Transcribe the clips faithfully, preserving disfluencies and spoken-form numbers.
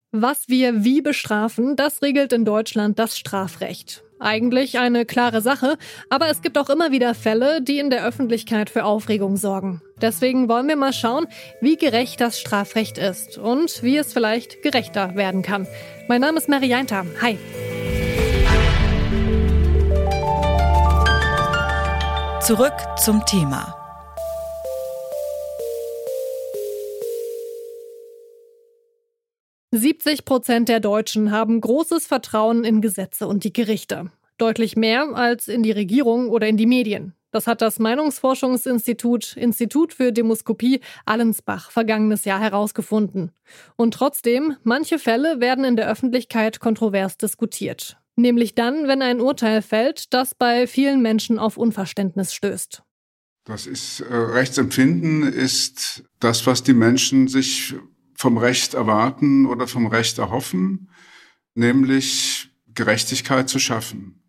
Was wir wie bestrafen, das regelt in Deutschland das Strafrecht. Eigentlich eine klare Sache, aber es gibt auch immer wieder Fälle, die in der Öffentlichkeit für Aufregung sorgen. Deswegen wollen wir mal schauen, wie gerecht das Strafrecht ist und wie es vielleicht gerechter werden kann. Mein Name ist Mary Jainter. Hi. Zurück zum Thema. siebzig Prozent der Deutschen haben großes Vertrauen in Gesetze und die Gerichte. Deutlich mehr als in die Regierung oder in die Medien. Das hat das Meinungsforschungsinstitut Institut für Demoskopie Allensbach vergangenes Jahr herausgefunden. Und trotzdem, manche Fälle werden in der Öffentlichkeit kontrovers diskutiert. Nämlich dann, wenn ein Urteil fällt, das bei vielen Menschen auf Unverständnis stößt. Das ist äh, Rechtsempfinden ist das, was die Menschen sich vom Recht erwarten oder vom Recht erhoffen, nämlich Gerechtigkeit zu schaffen.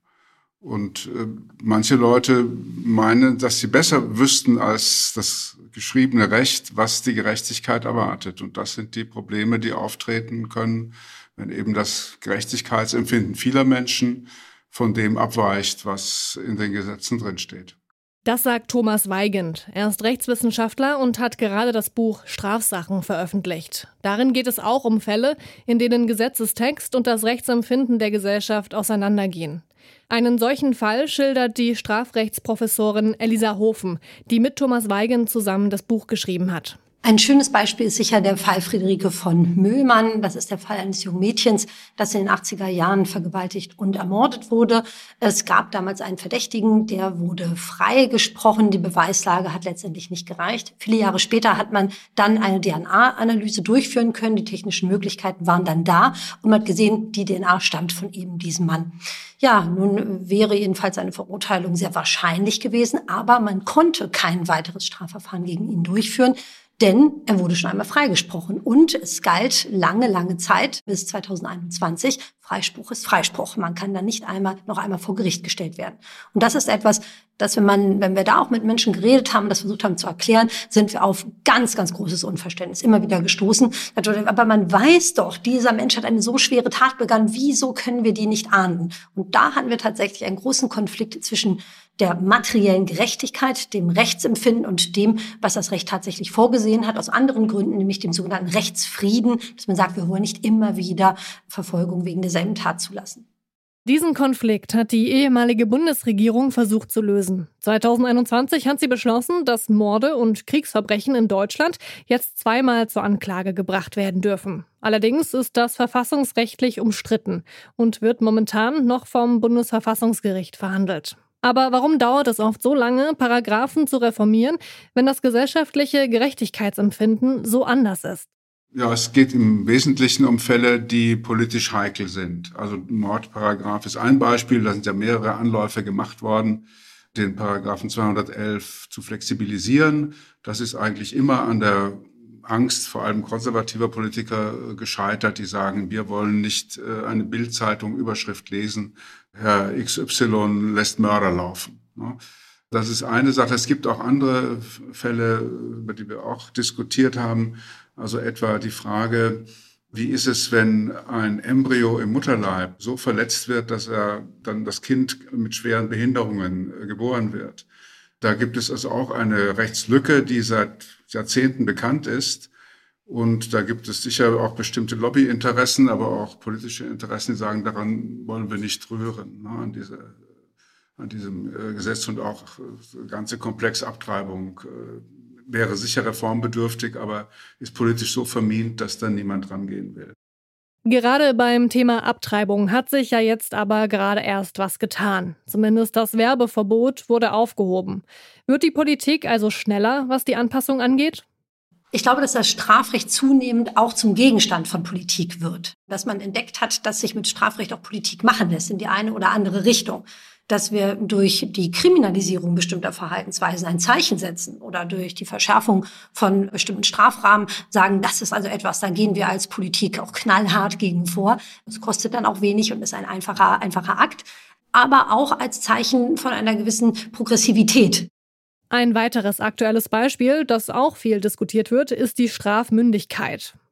Und äh, manche Leute meinen, dass sie besser wüssten als das geschriebene Recht, was die Gerechtigkeit erwartet. Und das sind die Probleme, die auftreten können, wenn eben das Gerechtigkeitsempfinden vieler Menschen von dem abweicht, was in den Gesetzen drinsteht. Das sagt Thomas Weigand. Er ist Rechtswissenschaftler und hat gerade das Buch Strafsachen veröffentlicht. Darin geht es auch um Fälle, in denen Gesetzestext und das Rechtsempfinden der Gesellschaft auseinandergehen. Einen solchen Fall schildert die Strafrechtsprofessorin Elisa Hofen, die mit Thomas Weigand zusammen das Buch geschrieben hat. Ein schönes Beispiel ist sicher der Fall Friederike von Möhlmann. Das ist der Fall eines jungen Mädchens, das in den achtziger Jahren vergewaltigt und ermordet wurde. Es gab damals einen Verdächtigen, der wurde freigesprochen. Die Beweislage hat letztendlich nicht gereicht. Viele Jahre später hat man dann eine D N A-Analyse durchführen können. Die technischen Möglichkeiten waren dann da und man hat gesehen, die D N A stammt von eben diesem Mann. Ja, nun wäre jedenfalls eine Verurteilung sehr wahrscheinlich gewesen, aber man konnte kein weiteres Strafverfahren gegen ihn durchführen. Denn er wurde schon einmal freigesprochen und es galt lange, lange Zeit bis zweitausendeinundzwanzig. Freispruch ist Freispruch. Man kann dann nicht einmal noch einmal vor Gericht gestellt werden. Und das ist etwas, dass wenn man, wenn wir da auch mit Menschen geredet haben, das versucht haben zu erklären, sind wir auf ganz, ganz großes Unverständnis immer wieder gestoßen. Aber man weiß doch, dieser Mensch hat eine so schwere Tat begangen. Wieso können wir die nicht ahnden? Und da hatten wir tatsächlich einen großen Konflikt zwischen der materiellen Gerechtigkeit, dem Rechtsempfinden und dem, was das Recht tatsächlich vorgesehen hat, aus anderen Gründen, nämlich dem sogenannten Rechtsfrieden, dass man sagt, wir wollen nicht immer wieder Verfolgung wegen derselben Tat zulassen. Diesen Konflikt hat die ehemalige Bundesregierung versucht zu lösen. zweitausendeinundzwanzig hat sie beschlossen, dass Morde und Kriegsverbrechen in Deutschland jetzt zweimal zur Anklage gebracht werden dürfen. Allerdings ist das verfassungsrechtlich umstritten und wird momentan noch vom Bundesverfassungsgericht verhandelt. Aber warum dauert es oft so lange, Paragraphen zu reformieren, wenn das gesellschaftliche Gerechtigkeitsempfinden so anders ist? Ja, es geht im Wesentlichen um Fälle, die politisch heikel sind. Also Mordparagraph ist ein Beispiel, da sind ja mehrere Anläufe gemacht worden, den Paragraphen zweihundertelf zu flexibilisieren. Das ist eigentlich immer an der Angst vor allem konservativer Politiker gescheitert, die sagen, wir wollen nicht eine Bild-Zeitung Überschrift lesen, Herr X Y lässt Mörder laufen. Das ist eine Sache. Es gibt auch andere Fälle, über die wir auch diskutiert haben. Also etwa die Frage, wie ist es, wenn ein Embryo im Mutterleib so verletzt wird, dass er dann das Kind mit schweren Behinderungen geboren wird? Da gibt es also auch eine Rechtslücke, die seit Jahrzehnten bekannt ist. Und da gibt es sicher auch bestimmte Lobbyinteressen, aber auch politische Interessen, die sagen, daran wollen wir nicht rühren, ne, an, diese, an diesem äh, Gesetz. Und auch äh, ganze Komplex Abtreibung äh, wäre sicher reformbedürftig, aber ist politisch so vermint, dass da niemand rangehen will. Gerade beim Thema Abtreibung hat sich ja jetzt aber gerade erst was getan. Zumindest das Werbeverbot wurde aufgehoben. Wird die Politik also schneller, was die Anpassung angeht? Ich glaube, dass das Strafrecht zunehmend auch zum Gegenstand von Politik wird. Dass man entdeckt hat, dass sich mit Strafrecht auch Politik machen lässt in die eine oder andere Richtung. Dass wir durch die Kriminalisierung bestimmter Verhaltensweisen ein Zeichen setzen oder durch die Verschärfung von bestimmten Strafrahmen sagen, das ist also etwas, da gehen wir als Politik auch knallhart gegen vor. Das kostet dann auch wenig und ist ein einfacher, einfacher Akt, aber auch als Zeichen von einer gewissen Progressivität. Ein weiteres aktuelles Beispiel, das auch viel diskutiert wird, ist die Strafmündigkeit.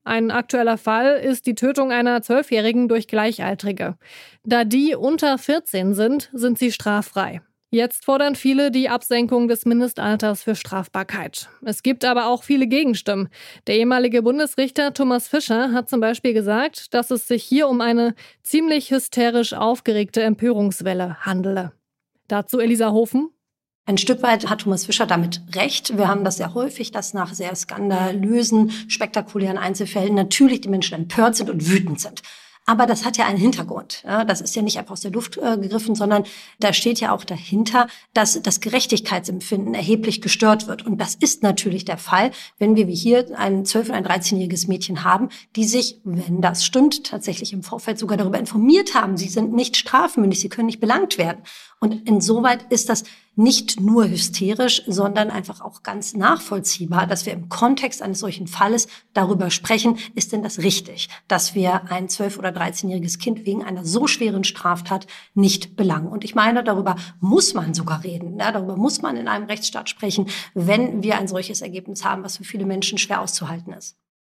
Ein aktueller Fall ist die Tötung einer Zwölfjährigen durch Gleichaltrige. Da die unter vierzehn sind, sind sie straffrei. Jetzt fordern viele die Absenkung des Mindestalters für Strafbarkeit. Es gibt aber auch viele Gegenstimmen. Der ehemalige Bundesrichter Thomas Fischer hat zum Beispiel gesagt, dass es sich hier um eine ziemlich hysterisch aufgeregte Empörungswelle handele. Dazu Elisa Hofen. Ein Stück weit hat Thomas Fischer damit recht. Wir haben das sehr häufig, dass nach sehr skandalösen, spektakulären Einzelfällen natürlich die Menschen empört sind und wütend sind. Aber das hat ja einen Hintergrund. Ja, das ist ja nicht einfach aus der Luft äh, gegriffen, sondern da steht ja auch dahinter, dass das Gerechtigkeitsempfinden erheblich gestört wird. Und das ist natürlich der Fall, wenn wir wie hier ein zwölf- und ein dreizehnjähriges Mädchen haben, die sich, wenn das stimmt, tatsächlich im Vorfeld sogar darüber informiert haben. Sie sind nicht strafmündig, sie können nicht belangt werden. Und insoweit ist das nicht nur hysterisch, sondern einfach auch ganz nachvollziehbar, dass wir im Kontext eines solchen Falles darüber sprechen, ist denn das richtig, dass wir ein zwölf- oder dreizehnjähriges Kind wegen einer so schweren Straftat nicht belangen. Und ich meine, darüber muss man sogar reden. Ja, darüber muss man in einem Rechtsstaat sprechen, wenn wir ein solches Ergebnis haben, was für viele Menschen schwer auszuhalten ist.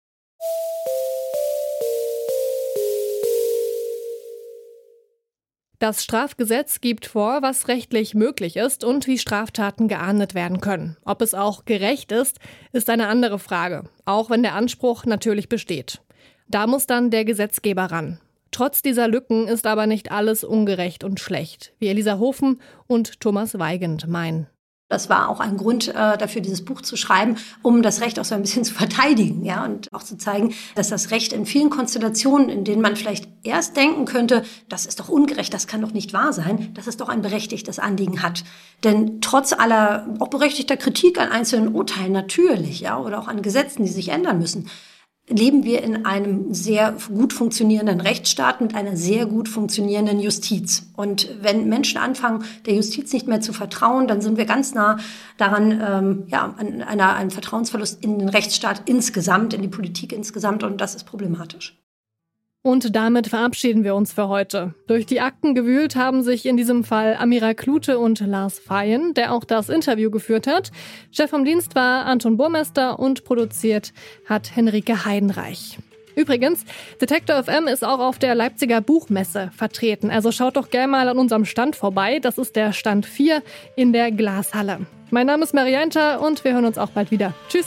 Das Strafgesetz gibt vor, was rechtlich möglich ist und wie Straftaten geahndet werden können. Ob es auch gerecht ist, ist eine andere Frage, auch wenn der Anspruch natürlich besteht. Da muss dann der Gesetzgeber ran. Trotz dieser Lücken ist aber nicht alles ungerecht und schlecht, wie Elisa Hofen und Thomas Weigand meinen. Das war auch ein Grund äh, dafür, dieses Buch zu schreiben, um das Recht auch so ein bisschen zu verteidigen, ja, und auch zu zeigen, dass das Recht in vielen Konstellationen, in denen man vielleicht erst denken könnte, das ist doch ungerecht, das kann doch nicht wahr sein, dass es doch ein berechtigtes Anliegen hat. Denn trotz aller auch berechtigter Kritik an einzelnen Urteilen natürlich, ja, oder auch an Gesetzen, die sich ändern müssen, leben wir in einem sehr gut funktionierenden Rechtsstaat mit einer sehr gut funktionierenden Justiz. Und wenn Menschen anfangen, der Justiz nicht mehr zu vertrauen, dann sind wir ganz nah daran, ähm, ja, an einer, einem Vertrauensverlust in den Rechtsstaat insgesamt, in die Politik insgesamt. Und das ist problematisch. Und damit verabschieden wir uns für heute. Durch die Akten gewühlt haben sich in diesem Fall Amira Klute und Lars Feyen, der auch das Interview geführt hat. Chef vom Dienst war Anton Burmester und produziert hat Henrike Heidenreich. Übrigens, Detektor F M ist auch auf der Leipziger Buchmesse vertreten. Also schaut doch gerne mal an unserem Stand vorbei. Das ist der Stand vier in der Glashalle. Mein Name ist Marianta und wir hören uns auch bald wieder. Tschüss!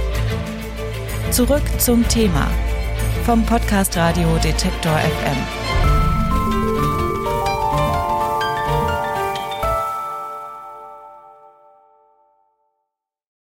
Zurück zum Thema vom Podcast Radio Detektor F M.